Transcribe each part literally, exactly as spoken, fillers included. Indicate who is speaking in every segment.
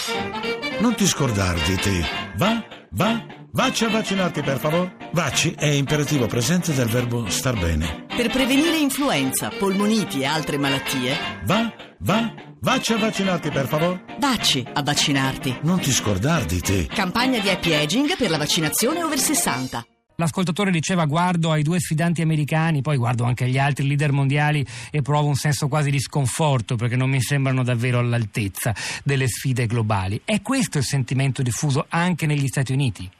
Speaker 1: Non ti scordar di te. Va, va, vacci a vaccinarti per favore. Vacci è imperativo presente del verbo star bene.
Speaker 2: Per prevenire influenza, polmoniti e altre malattie.
Speaker 1: Va, va, vacci a vaccinarti per favore.
Speaker 2: Vacci a vaccinarti.
Speaker 1: Non ti scordar di te.
Speaker 2: Campagna di happy aging per la vaccinazione over sessanta.
Speaker 3: L'ascoltatore diceva: guardo ai due sfidanti americani, poi guardo anche agli altri leader mondiali e provo un senso quasi di sconforto perché non mi sembrano davvero all'altezza delle sfide globali. È questo il sentimento diffuso anche negli Stati Uniti?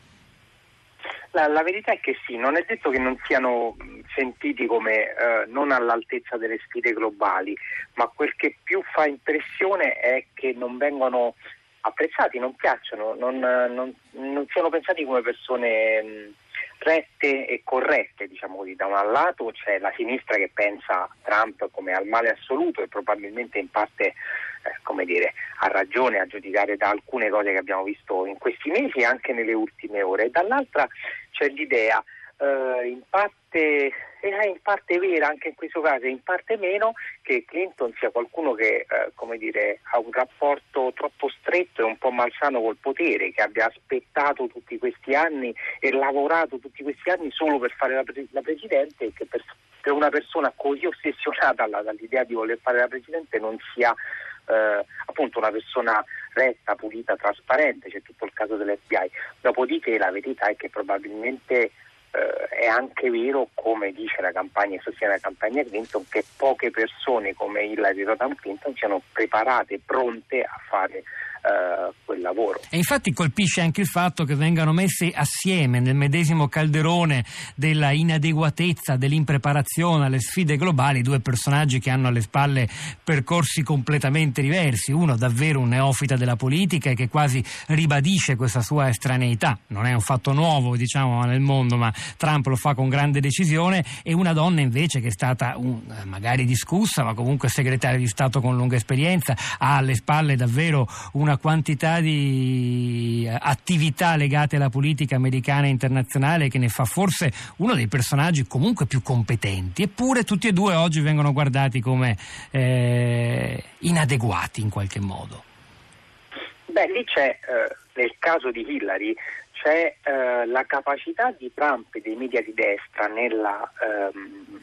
Speaker 4: La, la verità è che sì, non è detto che non siano sentiti come eh, non all'altezza delle sfide globali, ma quel che più fa impressione è che non vengono apprezzati, non piacciono, non, non, non siano pensati come persone mh, rette e corrette, diciamo così. Da un lato c'è la sinistra che pensa a Trump come al male assoluto e probabilmente in parte eh, come dire, ha ragione a giudicare da alcune cose che abbiamo visto in questi mesi e anche nelle ultime ore, e dall'altra c'è l'idea Uh, in parte è in parte vera anche in questo caso e in parte meno, che Clinton sia qualcuno che uh, come dire ha un rapporto troppo stretto e un po' malsano col potere, che abbia aspettato tutti questi anni e lavorato tutti questi anni solo per fare la, pre- la Presidente, e che per, per una persona così ossessionata alla, dall'idea di voler fare la Presidente non sia Uh, appunto una persona retta, pulita, trasparente. C'è tutto il caso dell'F B I. Dopodiché la verità è che probabilmente uh, è anche vero, come dice la campagna e sostiene la campagna Clinton, che poche persone come Hillary Rodham Clinton siano preparate, pronte a fare Uh, quel lavoro.
Speaker 3: E infatti colpisce anche il fatto che vengano messi assieme nel medesimo calderone della inadeguatezza, dell'impreparazione alle sfide globali, due personaggi che hanno alle spalle percorsi completamente diversi. Uno davvero un neofita della politica e che quasi ribadisce questa sua estraneità, non è un fatto nuovo diciamo nel mondo, ma Trump lo fa con grande decisione, e una donna invece che è stata un, magari discussa, ma comunque segretaria di Stato con lunga esperienza, ha alle spalle davvero una una quantità di attività legate alla politica americana e internazionale che ne fa forse uno dei personaggi comunque più competenti, eppure tutti e due oggi vengono guardati come eh, inadeguati in qualche modo.
Speaker 4: Beh, lì c'è, eh, nel caso di Hillary, c'è eh, la capacità di Trump e dei media di destra nella ehm,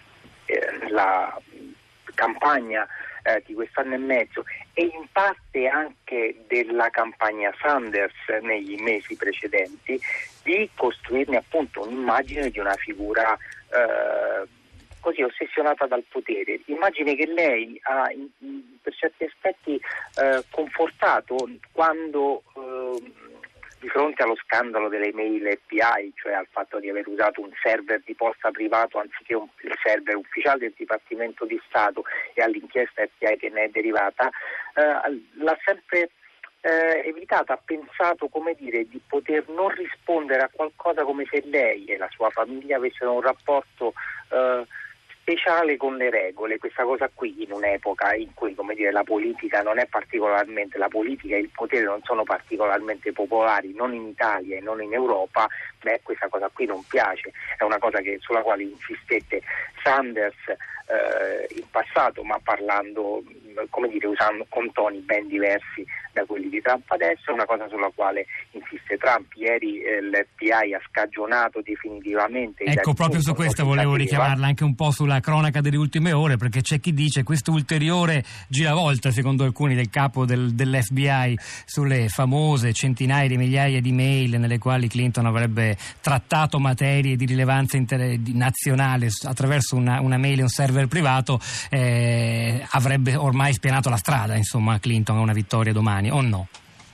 Speaker 4: eh, la campagna eh, di quest'anno e mezzo e in parte anche della campagna Sanders negli mesi precedenti, di costruirne appunto un'immagine di una figura eh, così ossessionata dal potere, immagine che lei ha in, in, per certi aspetti eh, confortato quando eh, di fronte allo scandalo delle email F B I, cioè al fatto di aver usato un server di posta privato anziché un, il server ufficiale del Dipartimento di Stato, e all'inchiesta F B I che ne è derivata, eh, l'ha sempre eh, evitata, ha pensato, come dire, di poter non rispondere a qualcosa come se lei e la sua famiglia avessero un rapporto eh, speciale con le regole. Questa cosa qui, in un'epoca in cui, come dire, la politica non è particolarmente, la politica e il potere non sono particolarmente popolari, non in Italia e non in Europa, beh, questa cosa qui non piace. È una cosa che, sulla quale insistette Sanders eh, in passato, ma parlando, come dire, usando con toni ben diversi da quelli di Trump adesso. È una cosa sulla quale insiste Trump. Ieri eh, l'F B I ha scagionato definitivamente.
Speaker 3: Ecco, proprio su questo volevo richiamarla anche un po' sulla cronaca delle ultime ore, perché c'è chi dice questo ulteriore giravolta, secondo alcuni, del capo del, dell'F B I sulle famose centinaia di migliaia di mail nelle quali Clinton avrebbe trattato materie di rilevanza inter- di nazionale attraverso una, una mail e un server privato, eh, avrebbe ormai spianato la strada, insomma, a Clinton a una vittoria domani, o no?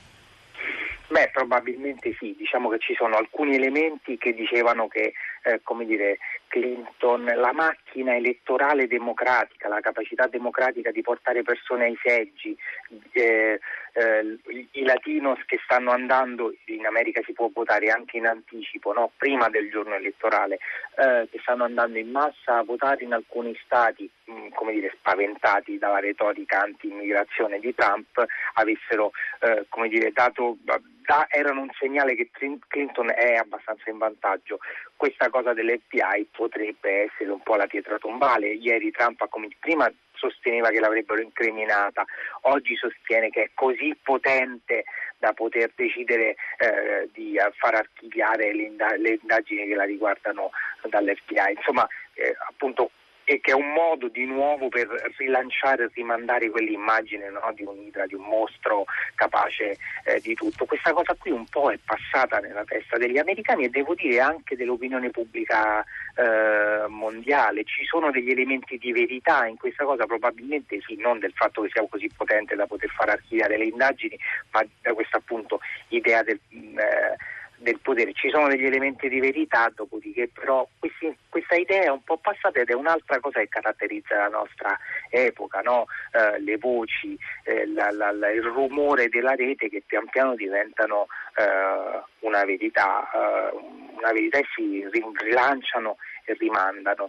Speaker 4: Beh, probabilmente sì. Diciamo che ci sono alcuni elementi che dicevano che, eh, come dire, Clinton, la macchina elettorale democratica, la capacità democratica di portare persone ai seggi, eh, eh, i latinos che stanno andando, in America si può votare anche in anticipo, no? Prima del giorno elettorale, eh, che stanno andando in massa a votare in alcuni stati, mh, come dire, spaventati dalla retorica anti-immigrazione di Trump, avessero, eh, come dire, dato... Da, erano un segnale che Clinton è abbastanza in vantaggio. Questa cosa dell'F B I potrebbe essere un po' la pietra tombale. Ieri Trump ha cominciato, prima sosteneva che l'avrebbero incriminata, oggi sostiene che è così potente da poter decidere eh, di far archiviare le, indag- le indagini che la riguardano dall'F B I. Insomma, eh, appunto, e che è un modo di nuovo per rilanciare e rimandare quell'immagine, no, di un'idra, di un mostro capace eh, di tutto. Questa cosa qui un po' è passata nella testa degli americani e devo dire anche dell'opinione pubblica eh, mondiale. Ci sono degli elementi di verità in questa cosa, probabilmente sì, non del fatto che sia così potente da poter far archiviare le indagini, ma da questa appunto idea del eh, del potere. Ci sono degli elementi di verità, dopodiché però questi, questa idea è un po' passata ed è un'altra cosa che caratterizza la nostra epoca, no? Eh, le voci, eh, la, la, la, il rumore della rete che pian piano diventano eh, una verità, eh, una verità e si rilanciano e rimandano.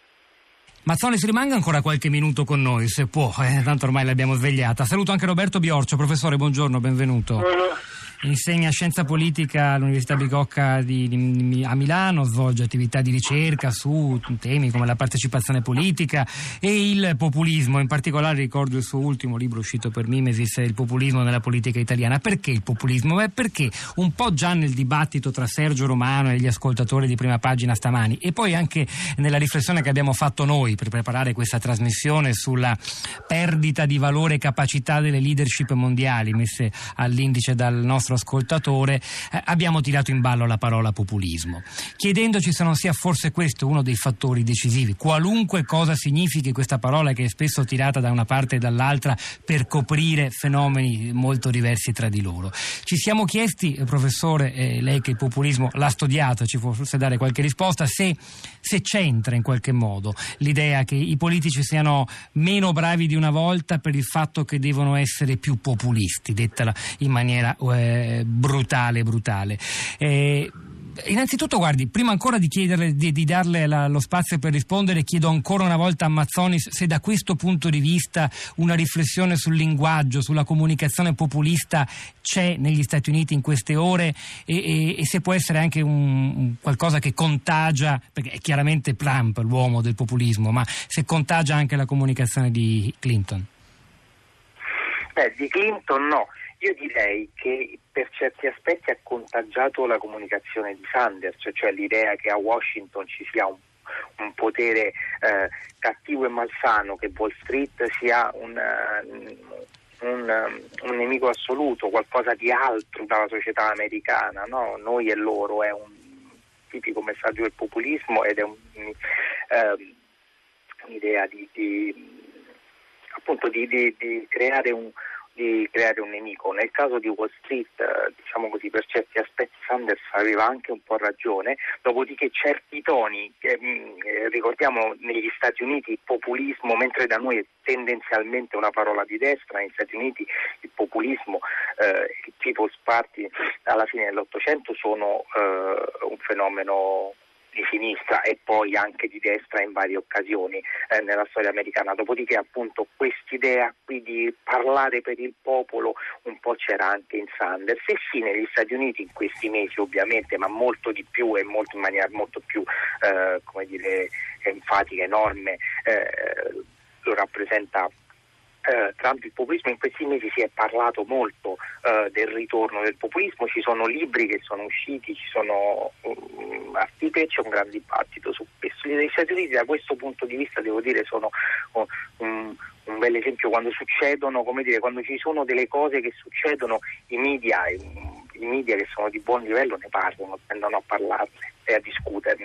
Speaker 3: Mazzonis rimanga ancora qualche minuto con noi, se può, eh, tanto ormai l'abbiamo svegliata. Saluto anche Roberto Biorcio. Professore, buongiorno, benvenuto. Insegna scienza politica all'Università Bicocca di, di, a Milano, svolge attività di ricerca su temi come la partecipazione politica e il populismo. In particolare ricordo il suo ultimo libro uscito per Mimesis, Il populismo nella politica italiana. Perché il populismo? Beh, perché un po' già nel dibattito tra Sergio Romano e gli ascoltatori di Prima Pagina stamani e poi anche nella riflessione che abbiamo fatto noi per preparare questa trasmissione sulla perdita di valore e capacità delle leadership mondiali messe all'indice dal nostro ascoltatore, eh, abbiamo tirato in ballo la parola populismo, chiedendoci se non sia forse questo uno dei fattori decisivi, qualunque cosa significhi questa parola che è spesso tirata da una parte e dall'altra per coprire fenomeni molto diversi tra di loro. Ci siamo chiesti, eh, professore, eh, lei che il populismo l'ha studiato, ci può forse dare qualche risposta, se, se c'entra in qualche modo l'idea che i politici siano meno bravi di una volta per il fatto che devono essere più populisti, detta in maniera eh, brutale brutale. Eh, innanzitutto, guardi, prima ancora di chiederle di, di darle la, lo spazio per rispondere, chiedo ancora una volta a Mazzonis se da questo punto di vista una riflessione sul linguaggio, sulla comunicazione populista c'è negli Stati Uniti in queste ore e, e, e se può essere anche un, un qualcosa che contagia, perché è chiaramente Trump l'uomo del populismo, ma se contagia anche la comunicazione di Clinton.
Speaker 4: Beh, di Clinton no. Io direi che per certi aspetti ha contagiato la comunicazione di Sanders, cioè l'idea che a Washington ci sia un, un potere eh, cattivo e malsano, che Wall Street sia un, un, un nemico assoluto, qualcosa di altro dalla società americana, no? Noi e loro, è un tipico messaggio del populismo ed è un, eh, un'idea di, di appunto di, di, di creare un di creare un nemico. Nel caso di Wall Street, eh, diciamo così, per certi aspetti Sanders aveva anche un po' ragione, dopodiché certi toni, eh, eh, ricordiamo negli Stati Uniti il populismo, mentre da noi è tendenzialmente una parola di destra, negli Stati Uniti il populismo, eh, il People's Party alla fine dell'Ottocento sono eh, un fenomeno di sinistra e poi anche di destra in varie occasioni eh, nella storia americana. Dopodiché appunto quest'idea qui di parlare per il popolo un po' c'era anche in Sanders e sì, negli Stati Uniti in questi mesi ovviamente, ma molto di più e molto in maniera molto più eh, come dire enfatica, enorme, eh, lo rappresenta Uh, Trump. Il populismo in questi mesi si è parlato molto uh, del ritorno del populismo, ci sono libri che sono usciti, ci sono um, articoli, c'è un gran dibattito su questo. Gli Stati Uniti da questo punto di vista devo dire sono uh, un, un bel esempio quando succedono, come dire, quando ci sono delle cose che succedono, i media, i, i media che sono di buon livello ne parlano, tendono a parlarne e a discuterne.